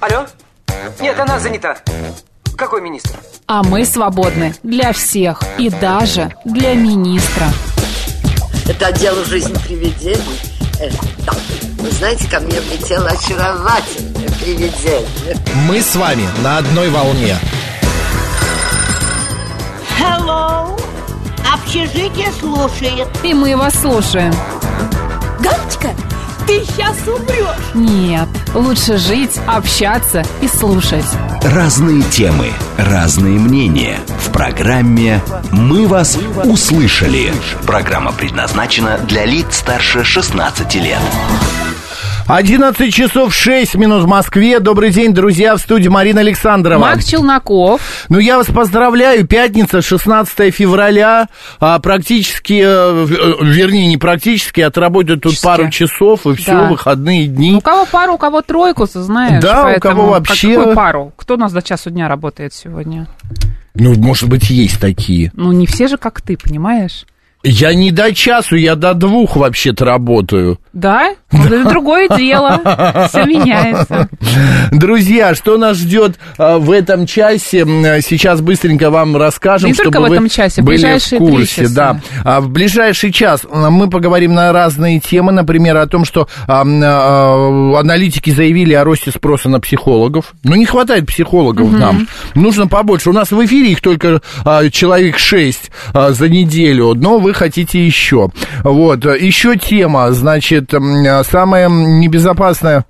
Алло? Нет, она занята. Какой министр? А мы свободны для всех и даже для министра. Это отдел «Жизнь привидений». Вы знаете, ко мне влетело очаровательное привидение. Мы с вами на одной волне. Hello. Общежитие слушает. И мы вас слушаем. Галочка, ты сейчас умрешь. Нет, лучше жить, общаться и слушать. Разные темы, разные мнения. В программе «Мы вас услышали». Программа предназначена для лиц старше 16 лет. 11 часов 6 минут в Москве. Добрый день, друзья, в студии Марина Александрова. Макс Челноков. Ну, я вас поздравляю. Пятница, 16 февраля. Практически, вернее, не практически, отработают тут пару часов, и все, да. Выходные дни. Ну, у кого пару, у кого тройку, ты знаешь. Да, у кого вообще... Какую пару? Кто у нас до часу дня работает сегодня? Ну, может быть, есть такие. Ну, не все же, как ты, понимаешь? Я не до часу, я до 2 вообще-то работаю. Да? Вот это другое дело. Все меняется. Друзья, что нас ждет в этом часе? Сейчас быстренько вам расскажем, не чтобы только в этом часе, в ближайшие 3 часа. Да. В ближайший час мы поговорим на разные темы. Например, о том, что аналитики заявили о росте спроса на психологов. Ну, не хватает психологов нам. Нужно побольше. У нас в эфире их только человек 6 за неделю, но вы хотите еще. Вот. Еще тема, значит, самая небезопасная,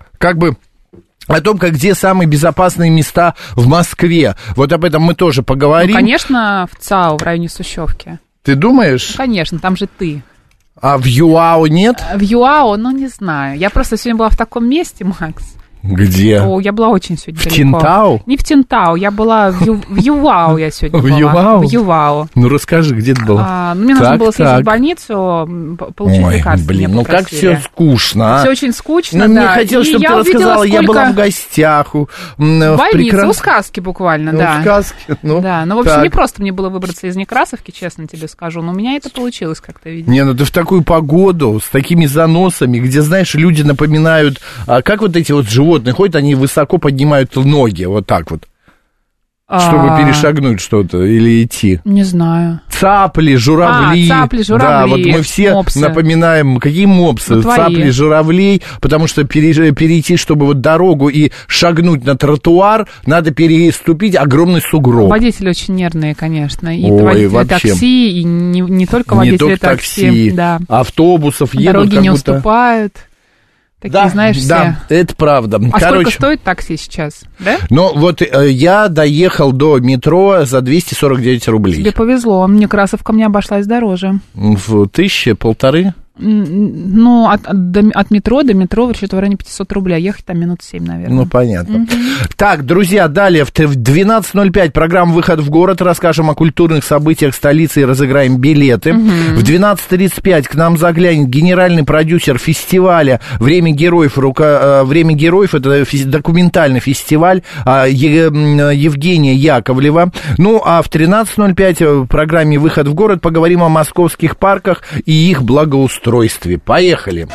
о том, где самые безопасные места в Москве. Вот об этом мы тоже поговорим. Ну, конечно, в ЦАУ, в районе Сущевки. Ты думаешь? Ну, конечно, там же ты. А в ЮАО нет? В ЮАО, не знаю. Я просто сегодня была в таком месте, Макс. Где? О, я была очень сегодня в далеко. Тинтау? Не в Тинтау, я была в ЮАО я сегодня была. В ЮАО? В ЮАО. Ну, расскажи, где ты была? Мне нужно было съездить в больницу, получить лекарства. Блин, как все скучно, а? Все очень скучно, да. Мне хотелось, чтобы ты рассказала, я была в гостях. В больнице, у сказки буквально, да. У сказки, Да, в общем, не просто мне было выбраться из Некрасовки, честно тебе скажу, но у меня это получилось как-то, видимо. Не, ты в такую погоду, с такими заносами, где, знаешь, люди напоминают, как вот эти вот животные ходят, они высоко поднимают ноги, вот так вот, чтобы перешагнуть что-то или идти. Не знаю. Цапли, журавли. Цапли, журавли. Да, вот мы все мопсы. Напоминаем, какие мопсы, цапли, журавлей, потому что перейти, чтобы вот дорогу и шагнуть на тротуар, надо переступить огромный сугроб. Водители очень нервные, конечно, и водители вообще. Такси, и не только водители такси, да. Автобусов едут. Дороги не уступают. Такие, знаешь, да, все. Это правда. Сколько стоит такси сейчас, да? Ну, вот я доехал до метро за 249 рублей. Тебе повезло, Некрасовка мне обошлась дороже. В 1000-1500? Ну, от метро до метро что-то в районе 500 рублей, а ехать там минут 7, наверное. Ну, понятно. Так, друзья, далее в 12:05 программа «Выход в город». Расскажем о культурных событиях столицы и разыграем билеты. В 12:35 к нам заглянет генеральный продюсер фестиваля «Время героев». «Время героев» — это документальный фестиваль Евгения Яковлева. Ну, а в 13:05 в программе «Выход в город» поговорим о московских парках и их благоустройстве. Поехали!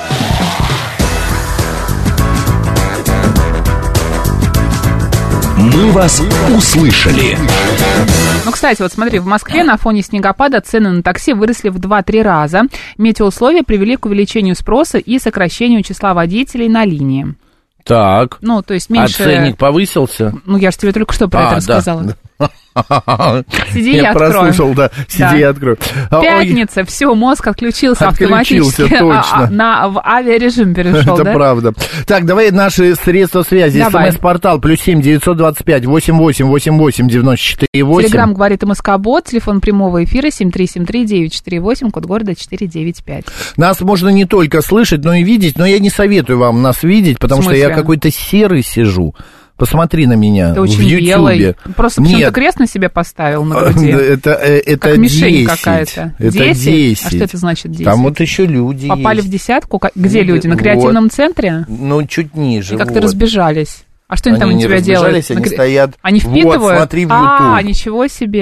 Мы вас услышали. Ну, кстати, вот смотри, в Москве на фоне снегопада цены на такси выросли в 2-3 раза. Метеоусловия привели к увеличению спроса и сокращению числа водителей на линии. Так. Ну, то есть меньше... А ценник повысился? Ну, я же тебе только что про это рассказала. Да. Сиди, я открою. Прослушал, да. Сиди, я открою. Пятница, все, мозг отключился автоматически. Точно. В авиарежим перешел, это да? правда. Так, давай наши средства связи. СМС-портал +7 925 88 88 94 8. Телеграм говорит МСК-бот, телефон прямого эфира 7373948, код города 495. Нас можно не только слышать, но и видеть, но я не советую вам нас видеть, потому что я какой-то серый сижу. Посмотри на меня ты очень в Ютьюбе. Белый. Просто почему-то крест на себя поставил на груди. Это как мишень 10. какая-то. Это 10. А что это значит 10? Там вот еще люди попали есть. В десятку? Где люди? На креативном центре? Ну, чуть ниже. И как-то разбежались. А что они там у тебя делают? Они стоят. Они впитывают? Вот, смотри в YouTube. Ничего себе.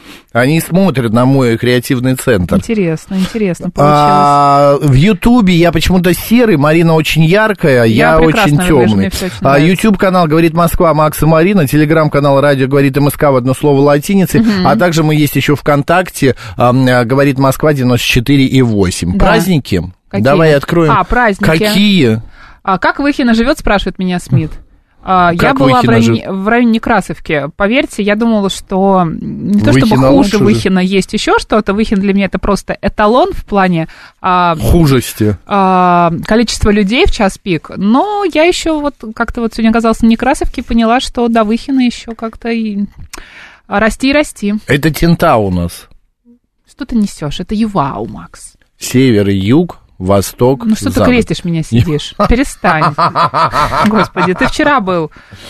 Они смотрят на мой креативный центр. Интересно получилось. В Ютубе я почему-то серый, Марина очень яркая, я очень темный. Ютуб-канал «Говорит Москва», Макс и Марина, телеграм-канал «Радио говорит МСК» в одно слово латиницей, а также мы есть еще ВКонтакте «Говорит Москва» 94,8. Да. Праздники? Какие? Давай откроем. Праздники. Какие? Как Выхино живет, спрашивает меня Смит. Я была в районе Некрасовки. Поверьте, я думала, что не то чтобы хуже Выхина есть еще что-то. Выхин для меня это просто эталон в плане хужести. Количества людей в час пик. Но я еще вот как-то вот сегодня оказалась на Некрасовке и поняла, что до Выхина еще как-то и расти и расти. Это Тинта у нас. Что ты несешь? Это Ювау, Макс. Север и юг. Восток, ну что запад. Ты крестишь меня, сидишь? Перестань. Господи, ты вчера был.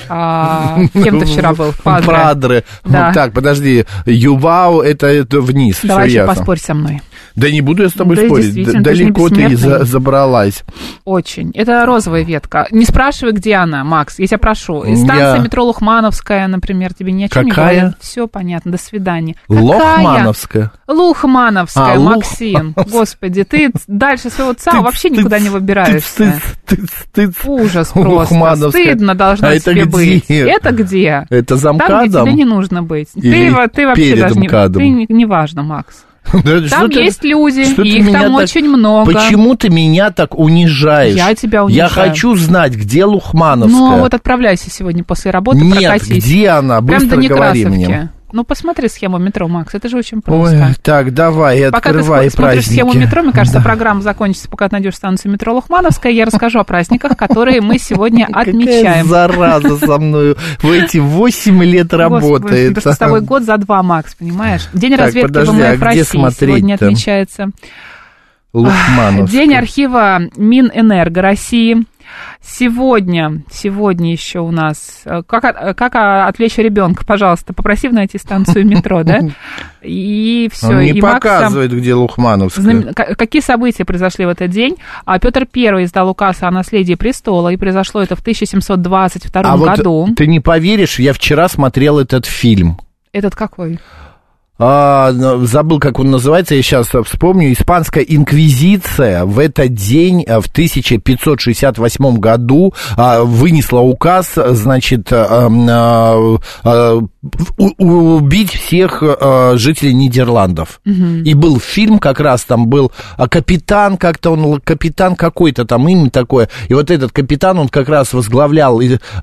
Кем ты вчера был? Падре. Да. Так, подожди. Ювау, это вниз. Давай еще поспорь со мной. Да не буду я с тобой спорить. Далеко ты забралась. Очень. Это розовая ветка. Не спрашивай, где она, Макс. Я тебя прошу. Станция метро Лухмановская, например, тебе ни о чем не говорят. Все понятно. До свидания. Лухмановская. Лухмановская, Максим. Господи, ты дальше своего ЦАУ вообще никуда не выбираешься. Ужас просто. Стыдно должно тебе быть. Это где? Это за МКАДом? Там, где тебе не нужно быть. Ты вообще даже не важно, Макс. Там есть люди, их там очень много. Почему ты меня так унижаешь? Я тебя унижаю. Я хочу знать, где Лухмановская. Ну, вот отправляйся сегодня после работы, прокатись. Нет, где она? Быстро говори мне. Ну, посмотри схему метро, Макс, это же очень просто. Ой, так, давай, открывай праздники. Пока ты смотришь схему метро, мне кажется, программа закончится, пока ты найдешь станцию метро Лухмановская, я расскажу о праздниках, которые мы сегодня отмечаем. Какая зараза со мной в эти 8 лет работает. Господи, с тобой год за 2, Макс, понимаешь? День разведки ВМФ России сегодня отмечается. Лухмановская. День архива Минэнерго России. Сегодня еще у нас... Как отвлечь ребенка, пожалуйста, попроси найти станцию метро, да? И все. Он не показывает, где Лухмановская. Какие события произошли в этот день? Петр I издал указ о наследии престола, и произошло это в 1722 году. Вот ты не поверишь, я вчера смотрел этот фильм. Этот какой? Забыл, как он называется, я сейчас вспомню. Испанская инквизиция в этот день, в 1568 году, вынесла указ, значит, убить всех жителей Нидерландов. И был фильм, как раз там был капитан, капитан какой-то там, имя такое. И вот этот капитан, он как раз возглавлял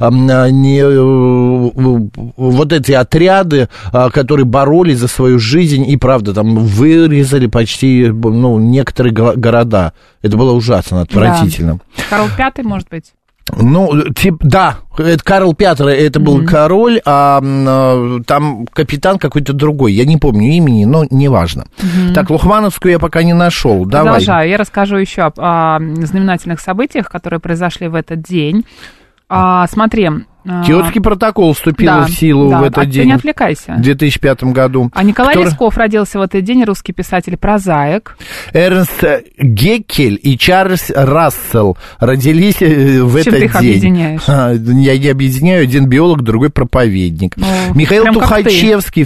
вот эти отряды, которые боролись за свою жизнь, и правда, там вырезали почти, некоторые города. Это было ужасно, отвратительно. Да. Карл V, может быть? Да, это Карл V, это был король, а там капитан какой-то другой, я не помню имени, но неважно. Так, Лухмановскую я пока не нашел. Давай. Продолжаю, я расскажу еще о знаменательных событиях, которые произошли в этот день. Смотри. Киотский протокол вступил в силу в этот день. Ты не отвлекайся. В 2005 году. Николай Лесков родился в этот день, русский писатель-прозаик. Эрнст Геккель и Чарльз Рассел родились в этот день. Чем ты их объединяешь? Я не объединяю, один биолог, другой проповедник. Михаил Тухачевский в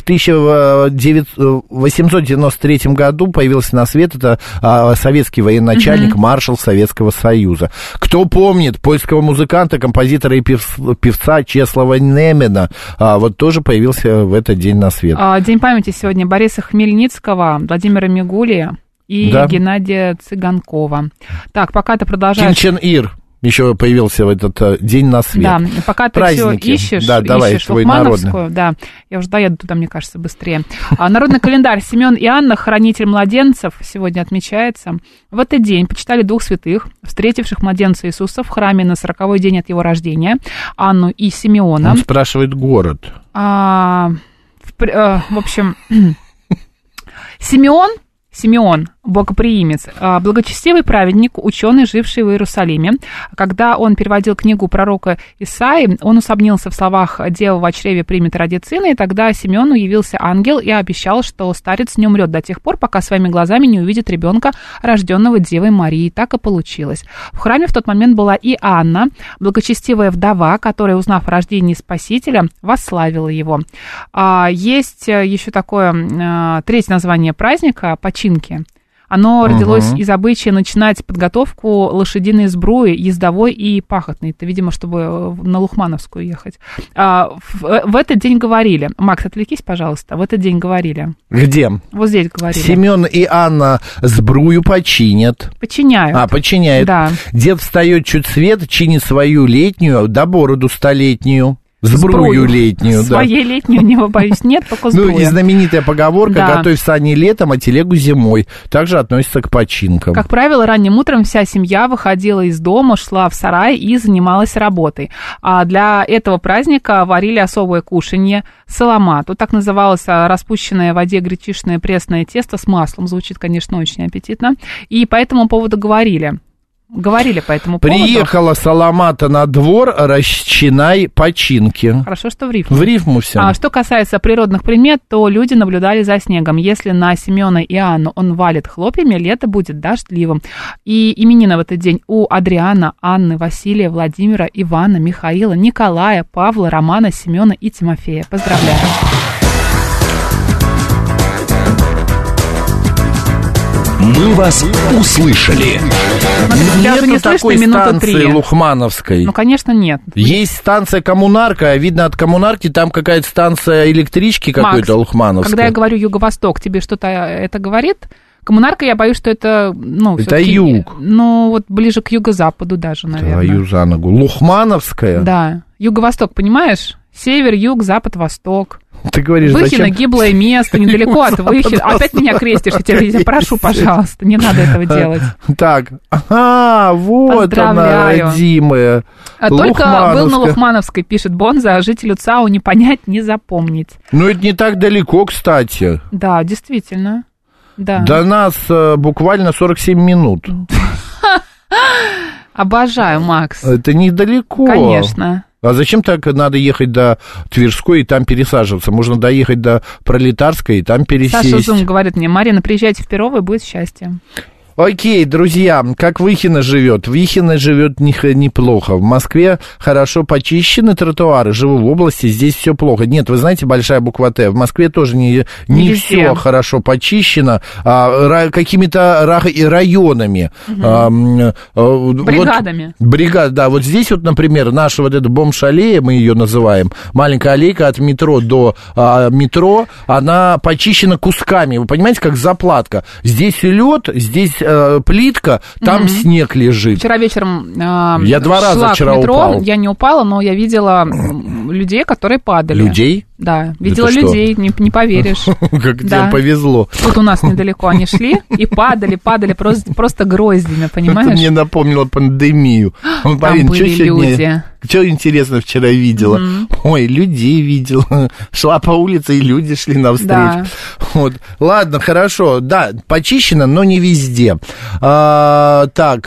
1893 году появился на свет. Это советский военачальник, маршал Советского Союза. Кто помнит польского музыканта, композитора и певца Чеслава Немена, вот тоже появился в этот день на свет. День памяти сегодня Бориса Хмельницкого, Владимира Мигулия и Геннадия Цыганкова. Так, пока ты продолжаешь... Ким Чен Ир еще появился в этот день на свет. Да, пока ты все ищешь, давай, Лухмановскую, да, я уже доеду туда, мне кажется, быстрее. Народный календарь. Семен и Анна, хранитель младенцев, сегодня отмечается. В этот день почитали двух святых, встретивших младенца Иисуса в храме на 40-й день от его рождения, Анну и Симеона. Он спрашивает город. В общем, Симеон Симеон, богоприимец, благочестивый праведник, ученый, живший в Иерусалиме. Когда он переводил книгу пророка Исаии, он усомнился в словах «Дева в чреве примет родит сына», и тогда Симеону явился ангел и обещал, что старец не умрет до тех пор, пока своими глазами не увидит ребенка, рожденного Девой Марией. Так и получилось. В храме в тот момент была и Анна, благочестивая вдова, которая, узнав о рождении Спасителя, восславила его. Есть еще такое третье название праздника – починки. Оно родилось из обычая начинать подготовку лошадиной сбруи, ездовой и пахотной. Это, видимо, чтобы на Лухмановскую ехать. В этот день говорили. Макс, отвлекись, пожалуйста. В этот день говорили. Где? Вот здесь говорили. Семен и Анна сбрую починят. Починяют. Починяют. Да. Дед встает чуть свет, чинит свою летнюю, да бороду столетнюю. Сбрую летнюю, да. Своей летней у него, боюсь, нет, только сбруя. Ну, и знаменитая поговорка да. «Готовь сани летом, а телегу зимой». Также относится к починкам. Как правило, ранним утром вся семья выходила из дома, шла в сарай и занималась работой. А для этого праздника варили особое кушанье – солома. Тут так называлось распущенное в воде гречишное пресное тесто с маслом. Звучит, конечно, очень аппетитно. И по этому поводу говорили по этому поводу. Приехала Соломата на двор, расчинай починки. Хорошо, что в рифму. В рифму все. Что касается природных примет, то люди наблюдали за снегом. Если на Семена и Анну он валит хлопьями, лето будет дождливым. И именины в этот день у Адриана, Анны, Василия, Владимира, Ивана, Михаила, Николая, Павла, Романа, Семена и Тимофея. Поздравляю. Мы вас услышали. Даже не такой слышно станции 3. Лухмановской. Ну, конечно, нет. Есть станция Коммунарка, а видно от Коммунарки там какая-то станция электрички какой-то Лухмановской. Когда я говорю Юго-Восток, тебе что-то это говорит? Коммунарка, я боюсь, что это... Ну, это юг. Ну, вот ближе к юго-западу даже, наверное. Твою за ногу. Лухмановская? Да. Юго-Восток, понимаешь? Север, юг, запад, восток. Ты говоришь, Выхино, зачем? гиблое место, недалеко от Выхина. Опять меня крестишь, я тебя прошу, пожалуйста, не надо этого делать. Так, вот она, родимая. Только был на Лухмановской, пишет Бонза, а жителю ЦАУ не понять, не запомнить. Ну, это не так далеко, кстати. Да, действительно. Да. До нас буквально 47 минут. Обожаю, Макс. Это недалеко. Конечно. А зачем так надо ехать до Тверской и там пересаживаться? Можно доехать до Пролетарской и там пересесть. Саша Зум говорит мне: Марина, приезжайте в Перово, и будет счастье. Окей, друзья, как Выхино живет? Выхино живет неплохо. В Москве хорошо почищены тротуары. Живу в области, здесь все плохо. Нет, вы знаете, большая буква Т. В Москве тоже не все хорошо почищено. Какими-то районами. Бригадами. Бригада, да. Вот здесь вот, например, наша вот эта бомж-аллея, мы ее называем, маленькая аллейка от метро до метро, она почищена кусками. Вы понимаете, как заплатка. Здесь лед, здесь плитка, там снег лежит. Вчера вечером я 2 раза вчера упал. Я не упала, но я видела людей, которые падали. Людей? Да, видела людей, не поверишь. Как тебе повезло. Тут у нас недалеко они шли и падали просто гроздями, понимаешь? Это мне напомнило пандемию. Там были люди. Что интересно вчера видела? Ой, людей видела. Шла по улице, и люди шли навстречу. Да. Вот. Ладно, хорошо. Да, почищено, но не везде. Так.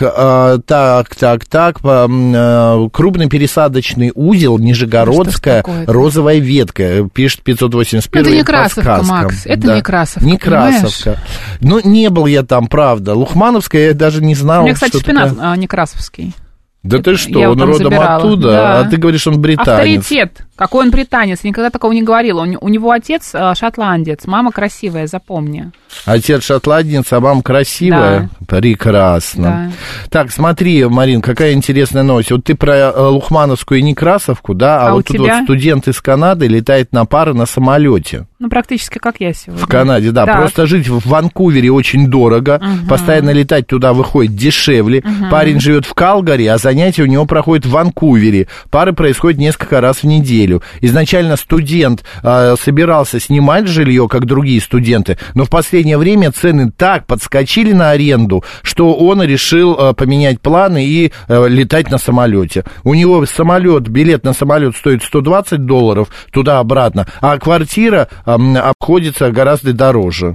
Крупный пересадочный узел, Нижегородская, розовая ветка. Пишет 581. Это не Красовка, Макс. Это не Красовка. Не Красовка. Ну, не был я там, правда. Лухмановская я даже не знал. У меня, кстати, шпинат некрасовский. Да ты что, он родом забирала. оттуда, да. А ты говоришь, он британец. Авторитет. Какой он британец? Никогда такого не говорила. У него отец шотландец, мама красивая, запомни. Отец шотландец, а мама красивая? Да. Прекрасно. Да. Так, смотри, Марин, какая интересная новость. Вот ты про Лухмановскую и Некрасовку, да? А вот тут вот студент из Канады летает на пары на самолете. Ну, практически как я сегодня. В Канаде, да. Просто жить в Ванкувере очень дорого. Постоянно летать туда выходит дешевле. Парень живет в Калгари, а занятия у него проходят в Ванкувере. Пары происходят несколько раз в неделю. Изначально студент собирался снимать жилье, как другие студенты, но в последнее время цены так подскочили на аренду, что он решил поменять планы и летать на самолете. У него билет на самолет стоит $120 туда-обратно, а квартира обходится гораздо дороже.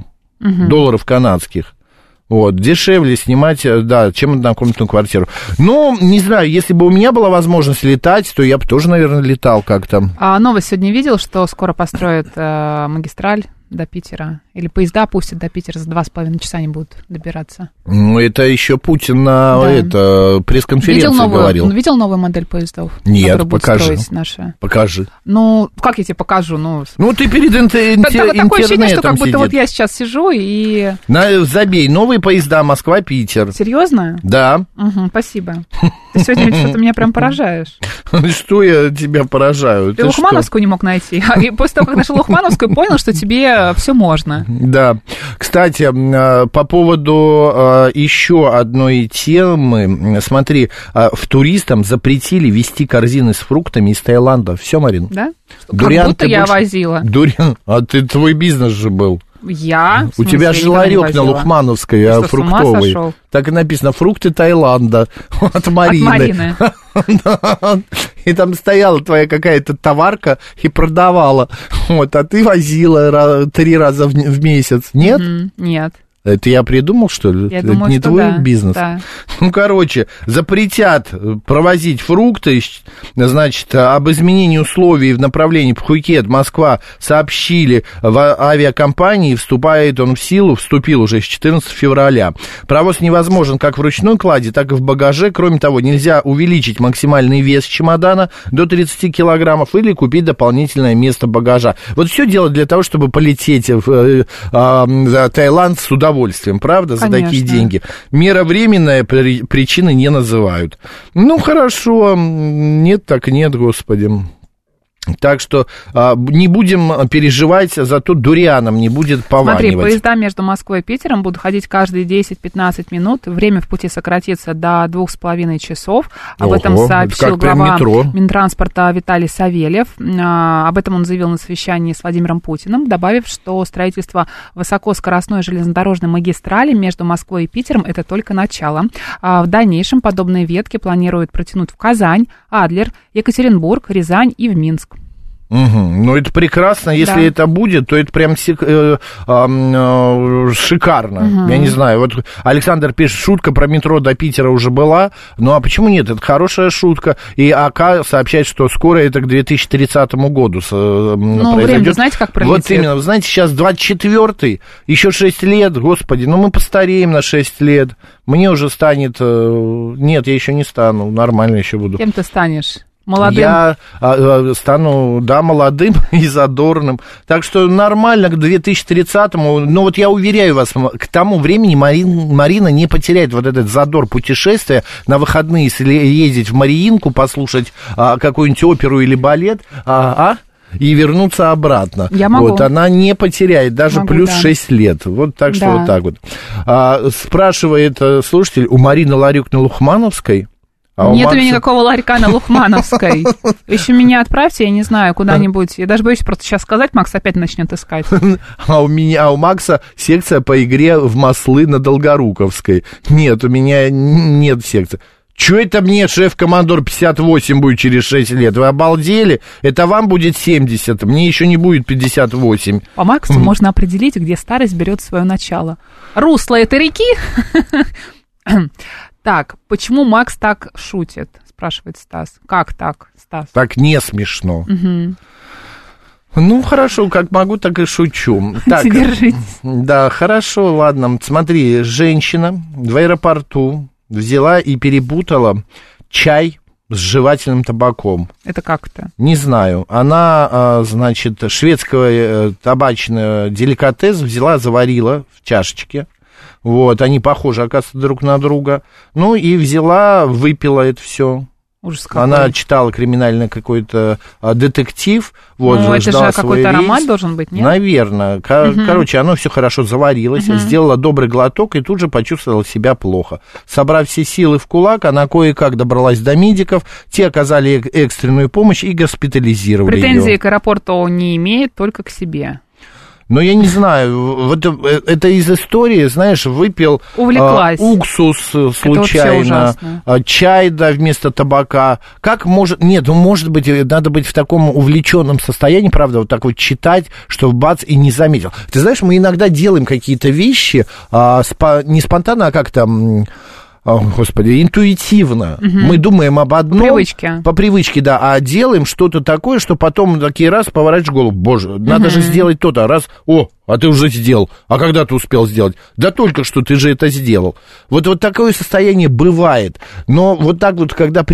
долларов канадских. Вот, дешевле снимать, да, чем однокомнатную квартиру. Но, не знаю, если бы у меня была возможность летать, то я бы тоже, наверное, летал как-то. А новость сегодня видел, что скоро построят магистраль до Питера? Или поезда пустят до Питера, за 2,5 часа они будут добираться? Ну, это еще Путин на пресс-конференции говорил. Видел новую модель поездов? Нет, покажи. Наши? Покажи. Ну, как я тебе покажу? Ну ты перед интернетом такое ощущение, что как будто сидит. вот я сейчас сижу и... Забей, новые поезда Москва-Питер. Серьезно? Да. Угу, спасибо. Ты сегодня что-то меня прям поражаешь. Что я тебя поражаю? Ты Лухмановскую не мог найти. И после того, как нашел Лухмановскую, понял, что тебе все можно. Да. Кстати, по поводу еще одной темы. Смотри, в туристам запретили везти корзины с фруктами из Таиланда. Все, Марин? Да? Дуриан, как будто я возила. Дуриан, твой бизнес же был. Я? У тебя же ларек на Лухмановской фруктовой. Так и написано: фрукты Таиланда от Марины. И там стояла твоя какая-то товарка и продавала. Вот, а ты возила 3 раза в месяц. Нет? Нет. Это я придумал, что ли? Я это думаю, не что твой да, бизнес? Да. Ну, короче, запретят провозить фрукты, значит, об изменении условий в направлении Пхукет, Москва сообщили в авиакомпании, вступил уже с 14 февраля. Провоз невозможен как в ручной кладе, так и в багаже. Кроме того, нельзя увеличить максимальный вес чемодана до 30 килограммов или купить дополнительное место багажа. Вот все делать для того, чтобы полететь в Таиланд с удовольствием, правда, за Конечно. такие деньги. Мера временная, причины не называют. Ну, хорошо, нет так нет, господи. Так что не будем переживать, зато дурианом не будет пованивать. Смотри, поезда между Москвой и Питером будут ходить каждые 10-15 минут. Время в пути сократится до 2,5 часов. Об этом сообщил глава Минтранспорта Виталий Савельев. Об этом он заявил на совещании с Владимиром Путиным, добавив, что строительство высокоскоростной железнодорожной магистрали между Москвой и Питером – это только начало. В дальнейшем подобные ветки планируют протянуть в Казань, Адлер, Екатеринбург, Рязань и в Минск. Ну, это прекрасно. Если это будет, то это прям шикарно. Я не знаю. Вот Александр пишет, шутка про метро до Питера уже была. Ну, а почему нет? Это хорошая шутка. И АК сообщает, что скоро это к 2030 году произойдет. Время, знаете, как пролетит? Вот именно. Вы знаете, сейчас 24-й, еще 6 лет. Господи, мы постареем на 6 лет. Мне уже станет... Нет, я еще не стану. Нормально еще буду. Кем ты станешь? Молодым? Я стану, молодым и задорным. Так что нормально к 2030-му. Но вот я уверяю вас, к тому времени Марина не потеряет вот этот задор путешествия на выходные, если ездить в Мариинку, послушать какую-нибудь оперу или балет, и вернуться обратно. Я могу. Вот, она не потеряет, даже могу, плюс да. 6 лет. Вот так что вот так вот. Спрашивает слушатель, у Марины ларек на Лухмановской? Нет у меня никакого ларька на Лухмановской. Еще меня отправьте, я не знаю, куда-нибудь. Я даже боюсь просто сейчас сказать, Макс опять начнет искать. А у Макса секция по игре в маслы на Долгоруковской. Нет, у меня нет секции. Чё это мне шеф-командор 58 будет через 6 лет? Вы обалдели? Это вам будет 70, мне еще не будет 58. По Максу можно определить, где старость берет свое начало. Русло этой реки... Так, почему Макс так шутит, спрашивает Стас. Как так, Стас? Так не смешно. Ну, хорошо, как могу, так и шучу. Так, держитесь. Да, хорошо, ладно. Смотри, женщина в аэропорту взяла и перепутала чай с жевательным табаком. Это как-то? Не знаю. Она, значит, шведского табачного деликатес взяла, заварила в чашечке. Вот, они похожи, оказывается, друг на друга. Ну, и взяла, выпила это все. Ужас какой. Она читала криминальный какой-то детектив. Вот, ну, это же какой-то рейс. аромат должен быть, нет? Наверное. Короче, оно все хорошо заварилось, сделала добрый глоток и тут же почувствовала себя плохо. Собрав все силы в кулак, она кое-как добралась до медиков. Те оказали экстренную помощь и госпитализировали Претензии ее. к аэропорту не имеет, только к себе. Но я не знаю, вот это из истории, знаешь, выпил уксус случайно, чай, да, вместо табака. Как может... Нет, ну, может быть, надо быть в таком увлеченном состоянии, правда, вот так вот читать, что бац, и не заметил. Ты знаешь, мы иногда делаем какие-то вещи не спонтанно, а как-то... Господи, интуитивно. Мы думаем об одном. По привычке, да. А делаем что-то такое, что потом такие раз поворачиваешь голову. Боже, надо же сделать то-то. Раз, а ты уже сделал. А когда ты успел сделать? Да только что ты же это сделал. Вот такое состояние бывает. Но вот так вот, когда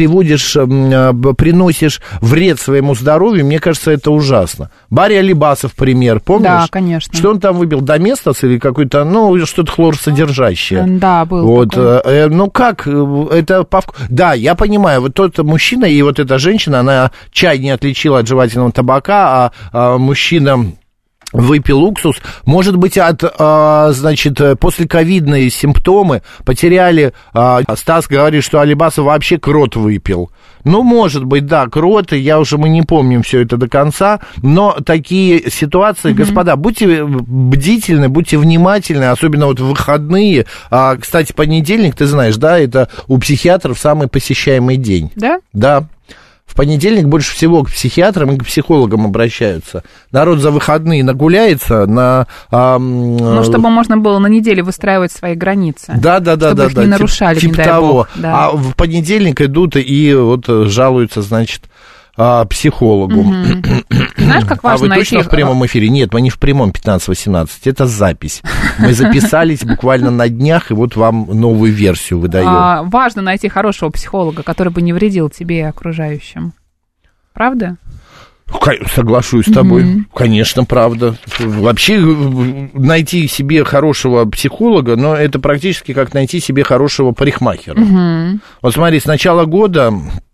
приносишь вред своему здоровью, мне кажется, это ужасно. Барри Алибасов, пример, помнишь? Да, конечно. Что он там выпил? Доместос или какой-то, что-то хлорсодержащее? Да, был такой. Ну как, это по вкусу. Да, я понимаю, вот тот мужчина и вот эта женщина, она чай не отличила от жевательного табака, а мужчина выпил уксус, может быть, послековидные симптомы потеряли. Стас говорит, что Алибасов вообще крот выпил. Ну, может быть, да, крот, мы не помним все это до конца, но такие ситуации, господа, будьте бдительны, будьте внимательны, особенно вот в выходные. Кстати, понедельник, ты знаешь, да, это у психиатров самый посещаемый день. Да? Да. В понедельник больше всего к психиатрам и к психологам обращаются. Народ за выходные нагуляется чтобы можно было на неделе выстраивать свои границы. Да. Чтобы их не нарушали, не дай того. бог. Да. А в понедельник идут и жалуются, значит, психологу. Знаешь, как важно вы найти... точно в прямом эфире? Нет, мы не в прямом 15-18, это запись. Мы записались буквально на днях, и вот вам новую версию выдаем. Важно найти хорошего психолога, который бы не вредил тебе и окружающим. Правда? Соглашусь с тобой. Конечно, правда. Вообще, найти себе хорошего психолога, но это практически как найти себе хорошего парикмахера. Вот смотри, с начала года...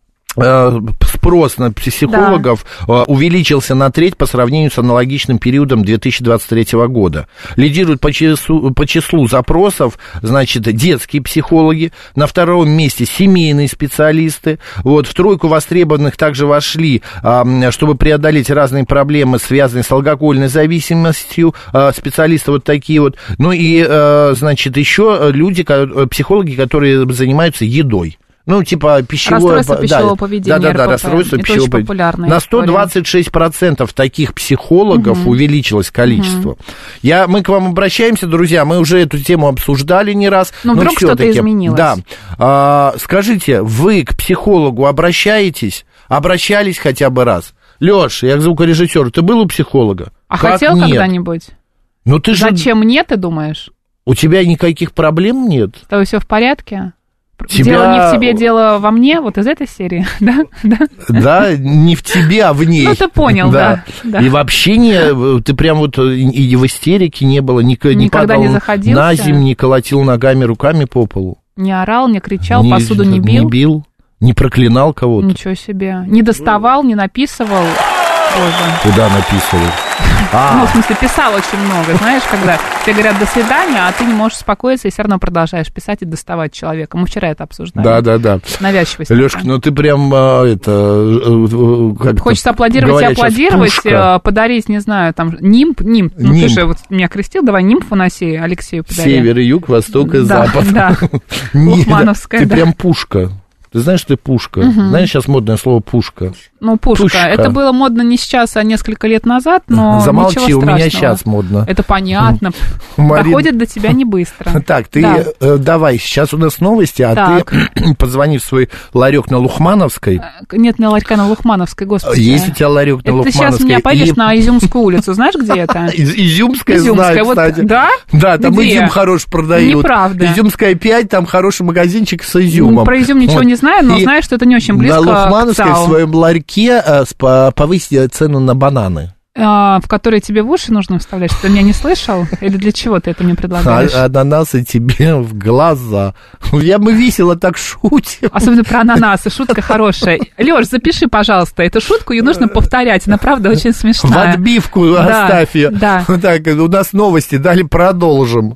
спрос на психологов увеличился на треть по сравнению с аналогичным периодом 2023 года. Лидируют по числу запросов, значит, детские психологи, на втором месте семейные специалисты. В тройку востребованных также вошли, чтобы преодолеть разные проблемы, связанные с алкогольной зависимостью, специалисты вот такие вот. Ну и, значит, еще люди, психологи, которые занимаются едой. Ну, типа пищевое... Расстройство пищевого поведения. Да, расстройство пищевого поведения. На 126% таких психологов увеличилось количество. Мы к вам обращаемся, друзья, мы уже эту тему обсуждали не раз. Но вдруг что-то изменилось. Да. Скажите, вы к психологу обращаетесь? Обращались хотя бы раз? Лёш, я к звукорежиссеру, ты был у психолога? А хотел когда-нибудь? Ну, ты же... Зачем нет, ты думаешь? У тебя никаких проблем нет? С тобой все в порядке? Дело не в тебе, дело во мне, вот из этой серии, да? Да, не в тебе, а в ней. Ну, ты понял, да. И вообще ты прям вот и в истерике не было, не падал не заходился, на землю, не колотил ногами, руками по полу. Не орал, не кричал, посуду не бил. Не бил, не проклинал кого-то. Ничего себе. Не доставал, не написывал. Боже. Куда написывал? Ну, в смысле, писал очень много, знаешь, когда тебе говорят «до свидания», а ты не можешь успокоиться и все равно продолжаешь писать и доставать человека. Мы вчера это обсуждали. Да. Навязчивость. Лёшка, ну ты прям хочется аплодировать, подарить, не знаю, там, нимб. Ну, ты же вот меня крестил, давай нимб Фанасею Алексею подари. Север, юг, восток и запад. Да, Лухмановская. Ты прям пушка. Ты знаешь, ты пушка. Знаешь, сейчас модное слово пушка. Ну, пушка. Это было модно не сейчас, а несколько лет назад, но замолчи, ничего страшного. У меня сейчас модно. Это понятно. Доходит до тебя не быстро. Так, ты давай, сейчас у нас новости, а ты позвони в свой ларек на Лухмановской. Нет, на ларька на Лухмановской, господи. Есть у тебя ларек на Лухмановской. Ты сейчас меня пойдешь на Изюмскую улицу, знаешь, где это? Изюмская, знаю, кстати. Да? Да, там изюм хороший продают. Неправда. Изюмская 5, там хороший магазинчик с изюмом. Про изюм ничего не знаю, но знаю, что это не очень близко к ЦАУ. На Лухмановской в своем ларьке повысить цену на бананы. В которые тебе в уши нужно вставлять, что ты меня не слышал? Или для чего ты это мне предлагаешь? Ананасы тебе в глаза. Мы весело так шутим. Особенно про ананасы, шутка хорошая. Лёш, запиши, пожалуйста, эту шутку, ее нужно повторять, она правда очень смешная. В отбивку оставь ее. Да. Так, у нас новости, далее продолжим.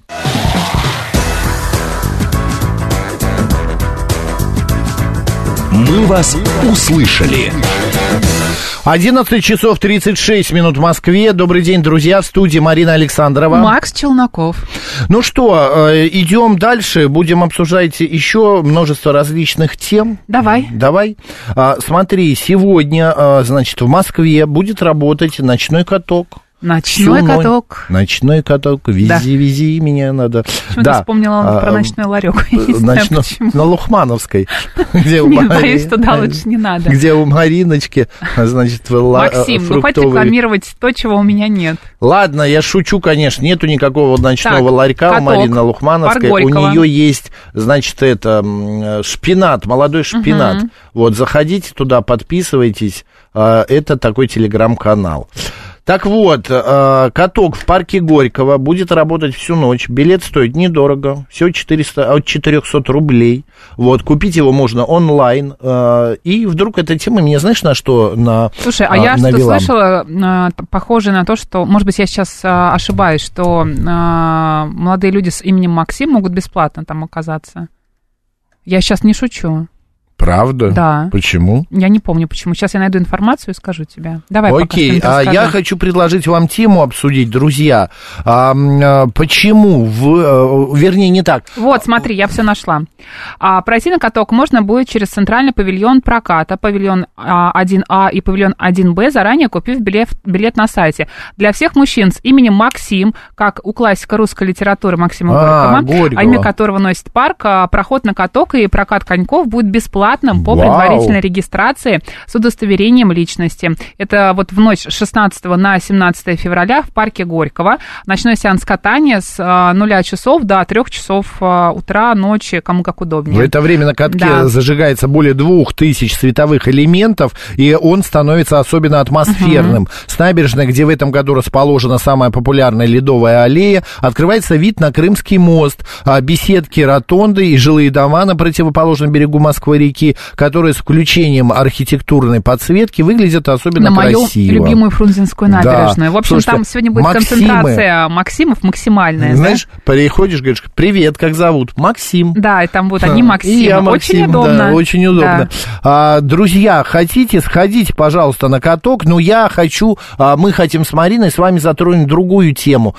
Мы вас услышали. 11 часов 36 минут в Москве. Добрый день, друзья, в студии Марина Александрова. Макс Челноков. Ну что, идем дальше. Будем обсуждать еще множество различных тем. Давай. Смотри, сегодня, значит, в Москве будет работать ночной каток. Ночной каток. Ночной каток. Вези меня надо. Почему-то вспомнила про ночной ларек. На Лухмановской. Не, боюсь, туда лучше не надо. Где у Мариночки, значит, Максим, ну хватит рекламировать то, чего у меня нет. Ладно, я шучу, конечно. Нету никакого ночного ларька у Марины на Лухмановской. У нее есть, значит, шпинат, молодой шпинат. Вот, заходите туда, подписывайтесь. Это такой телеграм-канал. Так вот, каток в парке Горького будет работать всю ночь. Билет стоит недорого, всего от 400 рублей. Вот, купить его можно онлайн. И вдруг эта тема меня, знаешь, на что навела? Слушай, я что-то слышала, похоже на то, что, может быть, я сейчас ошибаюсь, что молодые люди с именем Максим могут бесплатно там оказаться. Я сейчас не шучу. Правда? Да. Почему? Я не помню, почему. Сейчас я найду информацию и скажу тебе. Давай. Окей, я хочу предложить вам тему обсудить, друзья. Почему, вернее, не так. Вот, смотри, я все нашла. Пройти на каток можно будет через центральный павильон проката, павильон 1А и павильон 1Б, заранее купив билет на сайте. Для всех мужчин с именем Максим, как у классика русской литературы Максима Горького, имя которого носит парк, проход на каток и прокат коньков будет бесплатным по предварительной регистрации с удостоверением личности. Это вот в ночь с 16 на 17 февраля в парке Горького. Ночной сеанс катания с 0 часов до 3 часов утра, ночи, кому как удобнее. В это время на катке зажигается более 2000 световых элементов, и он становится особенно атмосферным. С набережной, где в этом году расположена самая популярная ледовая аллея, открывается вид на Крымский мост, беседки, ротонды и жилые дома на противоположном берегу Москвы-реки, которые с включением архитектурной подсветки выглядят особенно красиво. На мою любимую Фрунзенскую набережную. Да. В общем, слушайте, там сегодня будет концентрация Максимов максимальная. Знаешь, приходишь, говоришь, привет, как зовут? Максим. Да, и там будут одни Максимы. Я Максим, очень удобно. Да, очень удобно. Да. Друзья, хотите, сходите, пожалуйста, на каток, но мы хотим с Мариной с вами затронуть другую тему.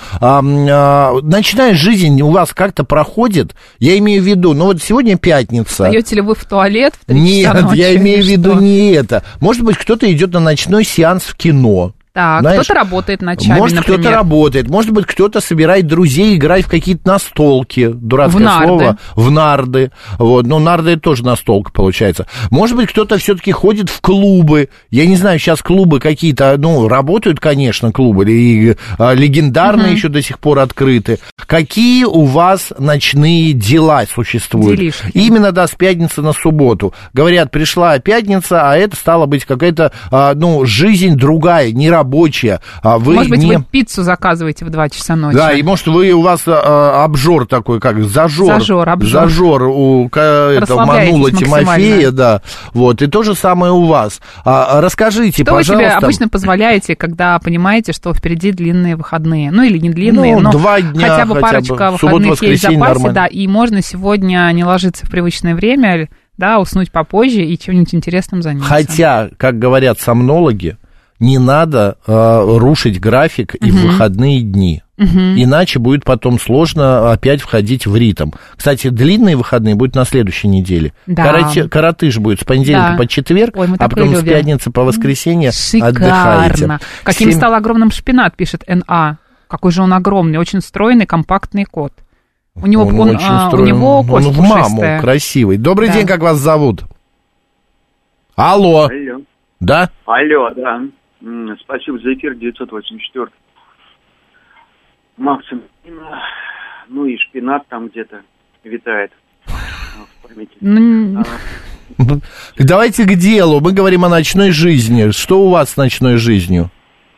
Ночная жизнь у вас как-то проходит? Я имею в виду, вот сегодня пятница. Встаете ли вы в туалет в 3 часа ночи? Нет, я имею в виду что? Не это. Может быть, кто-то идет на ночной сеанс в кино. Так, знаешь, кто-то работает ночами, может, например. кто-то работает, может быть, кто-то собирает друзей играть в какие-то настолки, дурацкое слово, в нарды. Вот, нарды это тоже настолка получается. Может быть, кто-то все-таки ходит в клубы. Я не знаю, сейчас клубы какие-то, работают, конечно, клубы, и легендарные еще до сих пор открыты. Какие у вас ночные дела существуют? Делишки. Именно, с пятницы на субботу. Говорят, пришла пятница, а это стало быть какая-то, жизнь другая, не рабочая. Может быть, вы пиццу заказываете в 2 часа ночи. Да, и может, у вас обжор такой, как зажор у Манула Тимофея, да. Вот, и то же самое у вас. Расскажите, пожалуйста. Что вы себе обычно позволяете, когда понимаете, что впереди длинные выходные? Или не длинные, но 2 дня хотя бы парочка выходных есть в запасе, нормально. Да, и можно сегодня не ложиться в привычное время, уснуть попозже и чем-нибудь интересным заняться. Хотя, как говорят сомнологи, не надо рушить график и в выходные дни. Иначе будет потом сложно опять входить в ритм. Кстати, длинные выходные будут на следующей неделе. Да. Коротыш будет с понедельника по четверг, а потом с пятницы по воскресенье отдыхаете. Каким стал огромным шпинат, пишет Н.А. Какой же он огромный, очень стройный, компактный кот. У него кость в маму красивый. Добрый день, как вас зовут? Алло. Да? Алло, да. Спасибо за эфир, 984. Максим, и шпинат там где-то витает в памяти. Давайте к делу. Мы говорим о ночной жизни. Что у вас с ночной жизнью?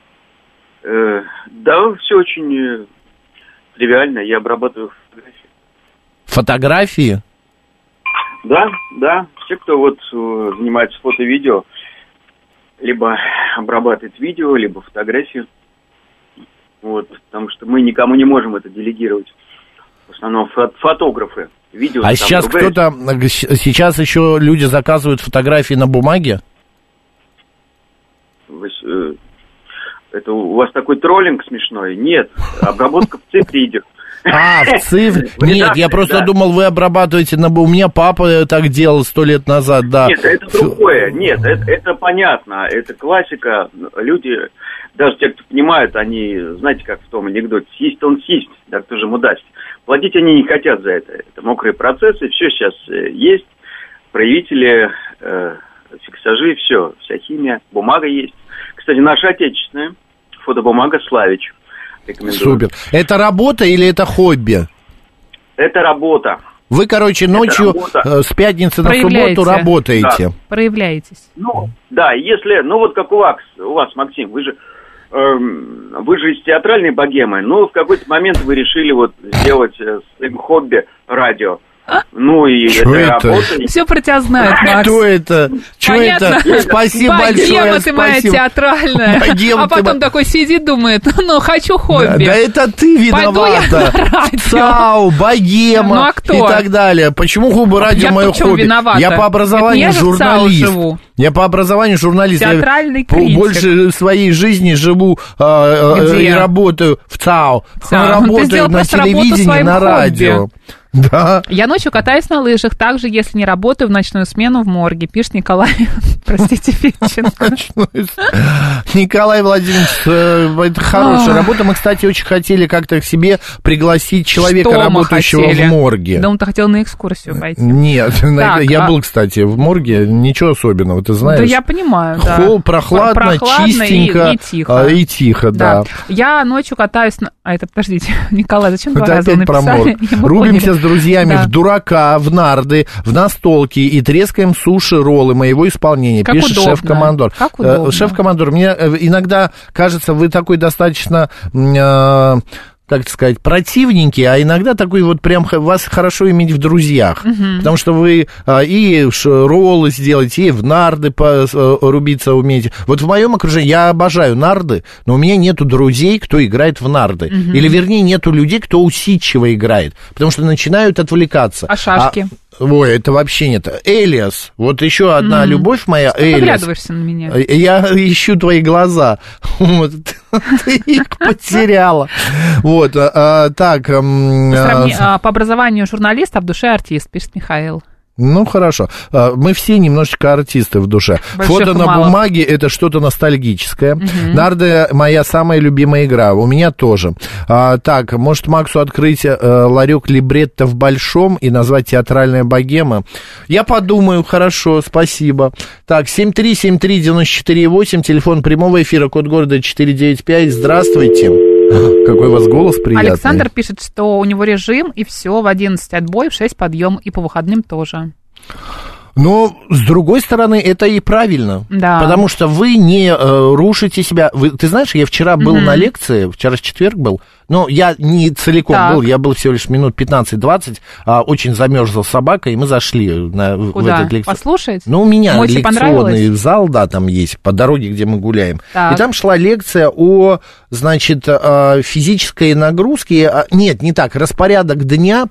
Да, все очень тривиально. Я обрабатываю фотографии. Фотографии? Да. Все, кто занимается фото-видео, либо обрабатывает видео, либо фотографию. Потому что мы никому не можем это делегировать. В основном фотографы. Видео. А сейчас еще люди заказывают фотографии на бумаге? это у вас такой троллинг смешной? Нет, обработка в цифридах. В цифре? Нет, я просто думал, вы обрабатываете, у меня папа так делал 100 лет назад, да. Нет, это другое, нет, это понятно, это классика, люди, даже те, кто понимают, они, знаете, как в том анекдоте, съесть он съесть, да кто же ему даст. Платить они не хотят за это мокрые процессы, все сейчас есть, проявители, фиксажи, все, вся химия, бумага есть. Кстати, наша отечественная фотобумага «Славич». Рекомендую. Супер. Это работа или это хобби? Это работа. Вы, короче, ночью с пятницы на субботу работаете. Да. Проявляетесь. Ну, да, если, вот как у вас, Максим, вы же из театральной богемы, в какой-то момент вы решили сделать своим хобби радио. И что это? Работа. Все про тебя знают, Макс. Кто это? Что это? Спасибо большое. Богема ты моя театральная. А потом такой сидит, думает, хочу хобби. Да это ты виновата. ЦАУ, богема Ну, а кто? И так далее. Почему радио мое хобби? Виновата? Я по образованию журналист. Я по образованию журналист. Театральный критик. Больше своей жизни живу и работаю в ЦАУ. Работаю на телевидении, на радио. Да. Я ночью катаюсь на лыжах, также, если не работаю в ночную смену в морге, пишет Николай, простите, Федченко. Николай Владимирович, это хорошая работа. Мы, кстати, очень хотели как-то к себе пригласить человека, работающего в морге. Да он-то хотел на экскурсию пойти. Нет, я был, кстати, в морге, ничего особенного, ты знаешь. Да я понимаю, да. Холл, прохладно, чистенько. И тихо, да. Я ночью катаюсь на... подождите, Николай, зачем два раза написали? Рубимся с друзьями в дурака, в нарды, в настолки и трескаем суши-роллы моего исполнения, как пишет удобно. шеф-командор. Как удобно. Шеф-командор, мне иногда кажется, вы такой достаточно... как сказать, противники, а иногда такой прям вас хорошо иметь в друзьях, потому что вы и роллы сделаете, и в нарды рубиться умеете. В моем окружении я обожаю нарды, но у меня нету друзей, кто играет в нарды. Или, вернее, нету людей, кто усидчиво играет, потому что начинают отвлекаться. А шашки? Ой, это вообще нет. Элиас. Еще одна любовь моя, Элиас. Поглядываешься на меня. Я ищу твои глаза. Ты их потеряла. Так. По образованию журналист, а в душе артист, пишет Михаил. Ну, хорошо. Мы все немножечко артисты в душе. Фото на бумаге – это что-то ностальгическое. Нарды – моя самая любимая игра. У меня тоже. Так, может, Максу открыть ларек либретто в Большом и назвать «Театральная богема»? Я подумаю, хорошо, спасибо. Так, 7373948, телефон прямого эфира, код города 495. Здравствуйте. Какой у вас голос приятный. Александр пишет, что у него режим, и все, в 11 отбой, в 6 подъем, и по выходным тоже. Но, с другой стороны, это и правильно. Да. Потому что вы не рушите себя. Ты знаешь, я вчера был на лекции, вчера четверг был, но я не целиком был, я был всего лишь минут 15-20, очень замерзла собака, и мы зашли в этот лекцию. Послушать? Ну, у меня лекционный зал, да, там есть, по дороге, где мы гуляем. Так. И там шла лекция о, значит, физической нагрузке, нет, не так, распорядок дня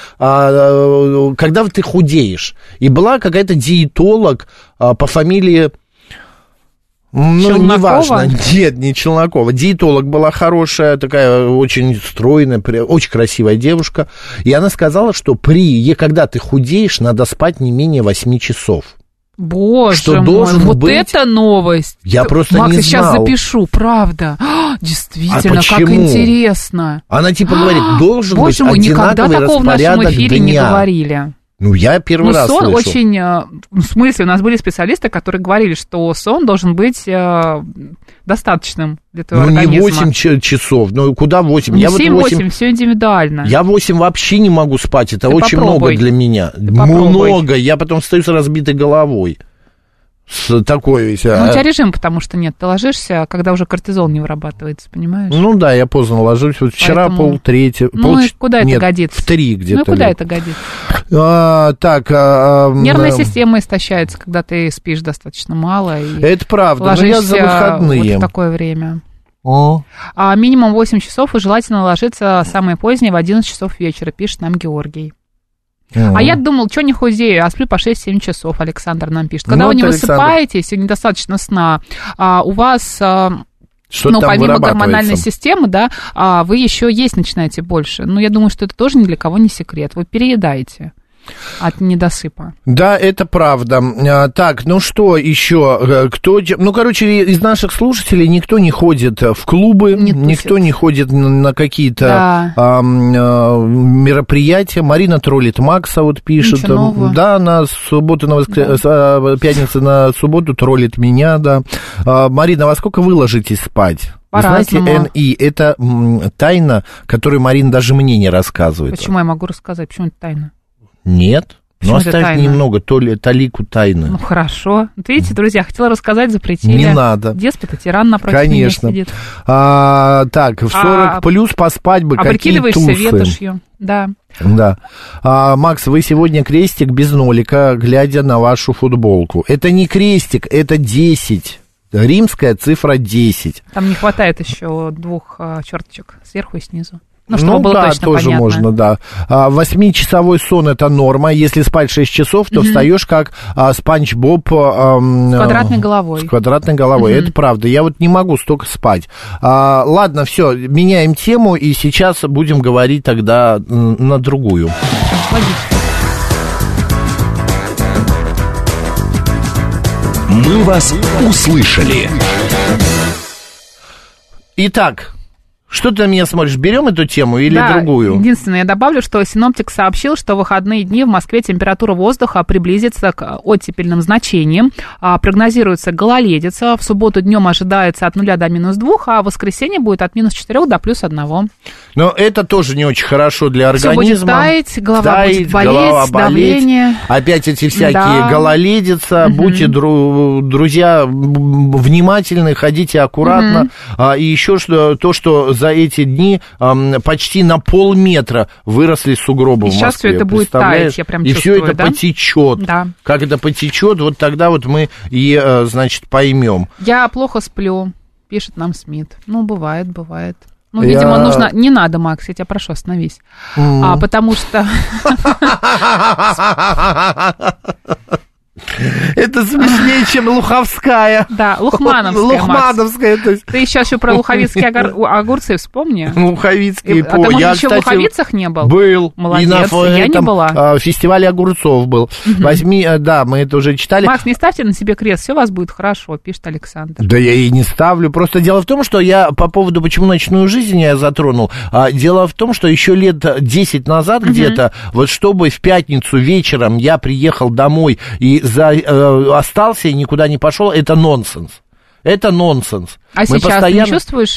когда ты худеешь. И была какая-то диетолог по фамилии... неважно. Нет, не Челнокова. Диетолог была хорошая, такая очень стройная, очень красивая девушка. И она сказала, что когда ты худеешь, надо спать не менее 8 часов. Боже что мой, быть... это новость. Я просто Макс, не знал. сейчас запишу, правда. Действительно, как интересно. Она говорит, должен быть Боже мой, никогда одинаковый такого в нашем эфире дня. Не говорили. Ну, я первый раз сон слышу. очень... В смысле, у нас были специалисты, которые говорили, что сон должен быть достаточным для твоего организма. Не 8 часов, куда 8? Не 7-8, все индивидуально. Я 8 вообще не могу спать, это очень много для меня. Много, я потом встаю с разбитой головой. С такой... у тебя режим, потому что нет, ты ложишься, когда уже кортизол не вырабатывается, понимаешь? Ну да, я поздно ложусь, вчера 2:30. Куда это годится? В 3 где-то. Ну, куда это годится? Нервная система истощается, когда ты спишь достаточно мало. И это правда, но я за выходные. В такое время. Минимум 8 часов, и желательно ложиться самое позднее в 11 часов вечера, пишет нам Георгий. А я думал, что не худею, а сплю по 6-7 часов, Александр нам пишет. Когда вы не высыпаетесь, и недостаточно сна, у вас... помимо гормональной системы, да, вы еще есть начинаете больше. Но я думаю, что это тоже ни для кого не секрет. Вы переедаете от недосыпа. Да, это правда. Так, ну что еще? Из наших слушателей никто не ходит в клубы, никто не ходит на какие-то мероприятия. Марина троллит Макса, вот пишет. Да, на субботу, пятницу на субботу троллит меня, да. Марина, во сколько вы ложитесь спать? По-разному. Знаете, НИ, это тайна, которую Марина даже мне не рассказывает. Почему я могу рассказать? Почему это тайна? Нет. Почему оставь немного, талику тайны. Ну, хорошо. Вот видите, друзья, хотела рассказать, запретили. Не надо. Деспот и тиран напротив меня сидит. Так, в 40 плюс поспать бы, какие тусы. Прикидываешься ветошью, да. Да. Макс, вы сегодня крестик без нолика, глядя на вашу футболку. Это не крестик, это 10. Римская цифра 10. Там не хватает еще 2 черточек сверху и снизу. Ну, чтобы было точно тоже понятно. Можно, да. 8-часовой сон – это норма. Если спать 6 часов, то встаешь как Спанч Боб. С квадратной головой. С квадратной головой, это правда. Я вот не могу столько спать. Ладно, все, меняем тему, и сейчас будем говорить тогда на другую. Логично. Мы вас услышали. Итак, что ты на меня смотришь? Берем эту тему или другую? Единственное, я добавлю, что синоптик сообщил, что в выходные дни в Москве температура воздуха приблизится к оттепельным значениям. Прогнозируется гололедица. В субботу днем ожидается от 0 до -2, а в воскресенье будет от -4 до +1. Но это тоже не очень хорошо для организма. Все будет таять, голова будет болеть, давление. Опять эти всякие гололедица. Будьте, друзья, внимательны, ходите аккуратно. И еще то, что за эти дни почти на полметра выросли сугробы в Москве. И сейчас все это будет таять, я прям чувствую, и все это потечет. Да. Как это потечет, вот тогда вот мы и, значит, поймем. Я плохо сплю, пишет нам Смит. Ну, бывает. Ну, видимо, нужно... Не надо, Макс, я тебя прошу, остановись. Потому что... Это смешнее, чем Луховская. Да, Лухмановская, то есть. Ты сейчас еще про луховицкие огурцы вспомни. Луховицкие. Ты, может, еще в Луховицах не был? Был. Молодец, я не была. Фестивале огурцов был. Возьми, да, мы это уже читали. Макс, не ставьте на себе крест, все у вас будет хорошо, пишет Александр. Да я и не ставлю. Просто дело в том, что я по поводу, почему ночную жизнь я затронул, дело в том, что еще лет 10 назад где-то, вот чтобы в пятницу вечером я приехал домой и остался и никуда не пошел, это нонсенс. Это нонсенс. А мы сейчас ты не чувствуешь,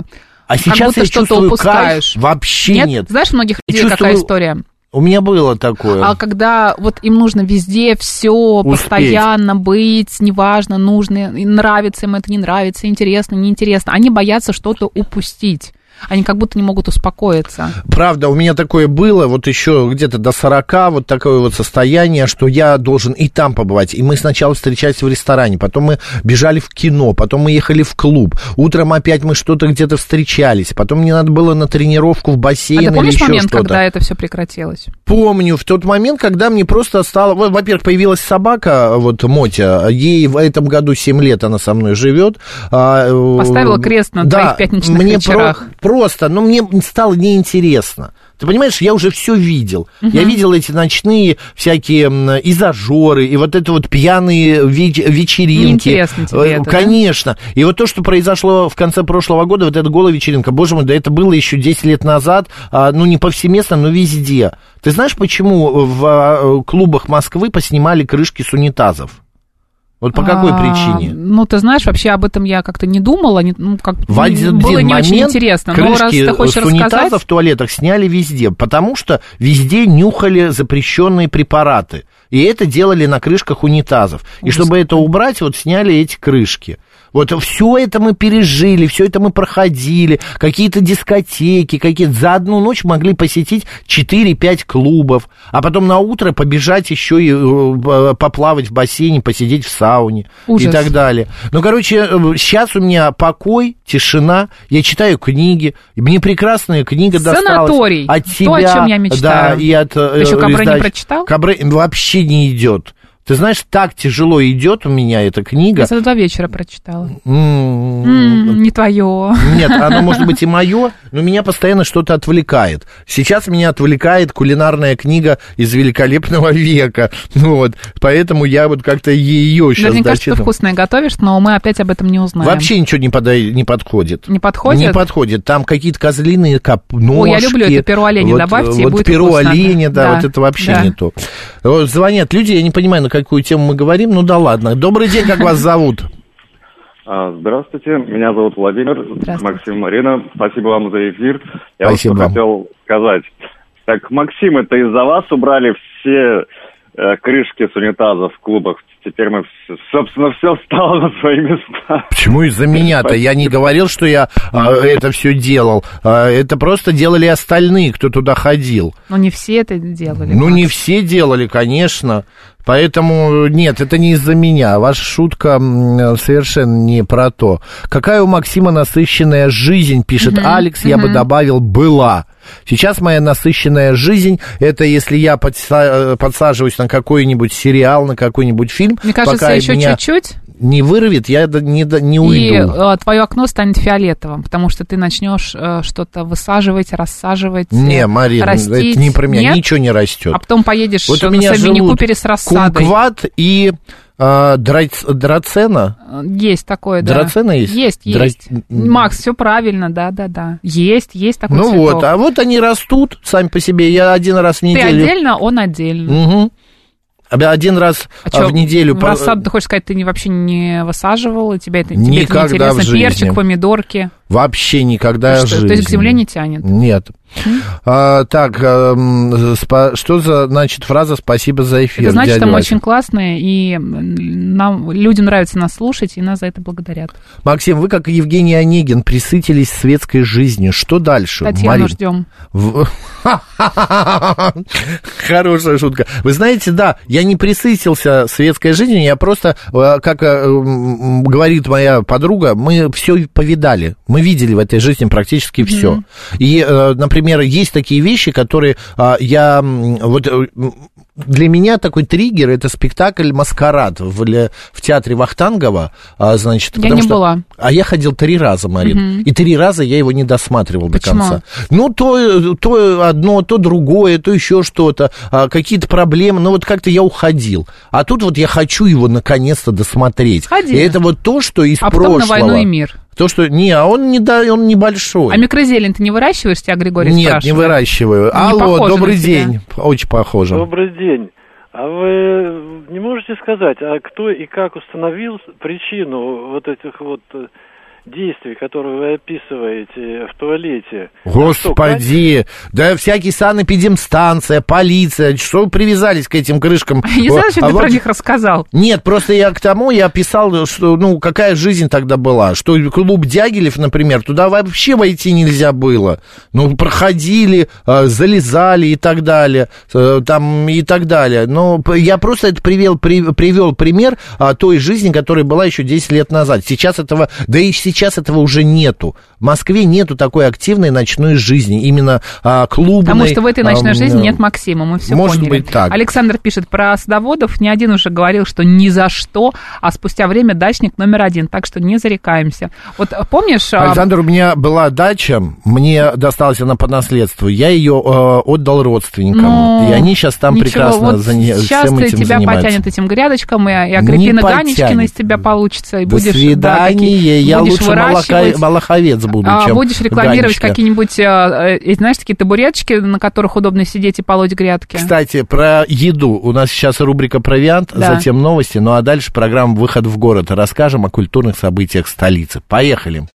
сейчас я чувствую упускаешь? Кайф? Вообще нет. Знаешь, у многих людей какая история? У меня было такое. А когда вот им нужно везде все постоянно быть, неважно, нужно, нравится им это, не нравится, интересно, неинтересно, они боятся что-то упустить. Они как будто не могут успокоиться. Правда, у меня такое было, вот еще где-то до 40, вот такое вот состояние, что я должен и там побывать. И мы сначала встречались в ресторане, потом мы бежали в кино, потом мы ехали в клуб. Утром опять мы что-то где-то встречались, потом мне надо было на тренировку в бассейн или еще что-то. А ты помнишь момент, когда это все прекратилось? Помню, в тот момент, когда мне просто стало... Во-первых, появилась собака, вот Мотя, ей в этом году 7 лет, она со мной живет. Поставила крест на твоих пятничных вечерах. Просто, но мне стало неинтересно. Ты понимаешь, я уже все видел. Я видел эти ночные всякие изажоры, и вот это вот пьяные вечеринки. Неинтересно тебе это, конечно. Да? И вот то, что произошло в конце прошлого года, вот эта голая вечеринка, боже мой, да это было еще 10 лет назад, ну не повсеместно, но везде. Ты знаешь, почему в клубах Москвы поснимали крышки с унитазов? Вот по какой причине? Ну, ты знаешь, вообще об этом я как-то не думала, было не очень интересно. Но раз ты хочешь рассказать... унитазов в туалетах сняли везде, потому что везде нюхали запрещенные препараты. И это делали на крышках унитазов. И чтобы это убрать, вот сняли эти крышки. Вот все это мы пережили, все это мы проходили, какие-то дискотеки, какие-то за одну ночь могли посетить 4-5 клубов, а потом на утро побежать еще и поплавать в бассейне, посидеть в сауне. Ужас. И так далее. Ну, короче, сейчас у меня покой, тишина, я читаю книги, и мне прекрасная книга досталась. Санаторий. От тебя. То, о чем я мечтаю. Да, и от... Ты еще Кабре не прочитал? Кабре вообще не идет. Ты знаешь, так тяжело идет у меня эта книга. Я за 2 вечера прочитала. Не твое. Нет, оно может быть и мое, но меня постоянно что-то отвлекает. Сейчас меня отвлекает кулинарная книга из «Великолепного века». Вот, поэтому я вот как-то ее сейчас Наверняка дочитал. что-то вкусное готовишь, но мы опять об этом не узнаем. Вообще ничего не подходит. Не подходит? Не подходит. Там какие-то козлиные ножки. Ой, я люблю это перо оленя, добавьте, и будет перо вкусно. оленя, да, вот это вообще не то. Вот звонят люди, я не понимаю, на какую тему мы говорим, ну да ладно. Добрый день, как вас зовут? Здравствуйте, меня зовут Владимир, Максим, Марина. Спасибо вам за эфир. Я Спасибо вот хотел сказать. Так, Максим, это из-за вас убрали все крышки с унитазов в клубах. Теперь мы, собственно, все встало на свои места. Почему из-за меня-то? Я не говорил, что я это все делал. Это просто делали остальные, кто туда ходил. Но не все это делали. Ну, не все делали, конечно. Поэтому, нет, это не из-за меня. Ваша шутка совершенно не про то. Какая у Максима насыщенная жизнь, пишет Алекс, я бы добавил, была. Сейчас моя насыщенная жизнь, это если я подсаживаюсь на какой-нибудь сериал, на какой-нибудь фильм. Мне кажется, пока еще меня чуть-чуть. Не вырвет, я не уйду. И твое окно станет фиолетовым, потому что ты начнешь что-то высаживать, рассаживать, не, Марина, растить. Это не про меня, Нет? ничего не растет. А потом поедешь вот на своем мини-купере с рассадой. Кумкват и драцена. Есть такое, да. Драцена есть? Есть. Макс, все правильно, да. Есть такой ну цветок. Вот, а вот они растут сами по себе. Я один раз в неделю... Ты отдельно, он отдельно. Угу. Один раз в неделю... В рассаду, ты хочешь сказать, ты вообще не высаживал? Тебе это не интересно? Перчик, помидорки? Вообще никогда в жизни. То есть к земле не тянет? Нет. Так, что за, значит, фраза «спасибо за эфир»? Это значит, там очень классные, и людям нравится нас слушать, и нас за это благодарят. Максим, вы, как Евгений Онегин, присытились светской жизнью. Что дальше? Татьяну ждем. Хорошая шутка. Вы знаете, да, я не присытился светской жизнью, я просто, как говорит моя подруга, мы все повидали. Мы видели в этой жизни практически все. И, например, есть такие вещи, которые для меня такой триггер — это спектакль «Маскарад» в театре Вахтангова, значит. Я не была. А я ходил 3 раза, Марин, и 3 раза я его не досматривал до конца. Ну, то одно, то другое, то еще что-то, какие-то проблемы, но вот как-то я уходил. А тут вот я хочу его наконец-то досмотреть. Ходи. И это вот то, что из прошлого. А потом на «Войну и мир». То, что... он небольшой. А микрозелень ты не выращиваешь, тебя Григорий спрашивает? Нет, не выращиваю. Алло, добрый день. Очень похоже. Добрый день. А вы не можете сказать, а кто и как установил причину вот этих вот действий, которые вы описываете в туалете? Господи, да всякие санэпидемстанция, полиция, что вы привязались к этим крышкам? Не знаю, что ты про них рассказал. Нет, просто я писал, что, какая жизнь тогда была, что клуб Дягилев, например, туда вообще войти нельзя было. Проходили, залезали и так далее, и так далее. Но я просто это привел пример той жизни, которая была еще 10 лет назад. Сейчас этого уже нету. В Москве нету такой активной ночной жизни, именно клубной. Потому что в этой ночной жизни нет Максима, мы все может поняли. Быть так. Александр пишет про садоводов. Ни один уже говорил, что ни за что, а спустя время дачник номер 1, так что не зарекаемся. Вот помнишь... Александр, у меня была дача, мне досталась она по наследству, я ее отдал родственникам, и они сейчас там прекрасно всем этим занимаются. Сейчас тебя потянет этим грядочкам, и Агриппина Ганечкина из тебя получится. И до будешь, свидания, я лучше молоховец буду, чем будешь рекламировать какие-нибудь, знаешь, такие табуреточки, на которых удобно сидеть и полоть грядки. Кстати, про еду. У нас сейчас рубрика «Провиант», затем новости, ну а дальше программа «Выход в город». Расскажем о культурных событиях столицы. Поехали!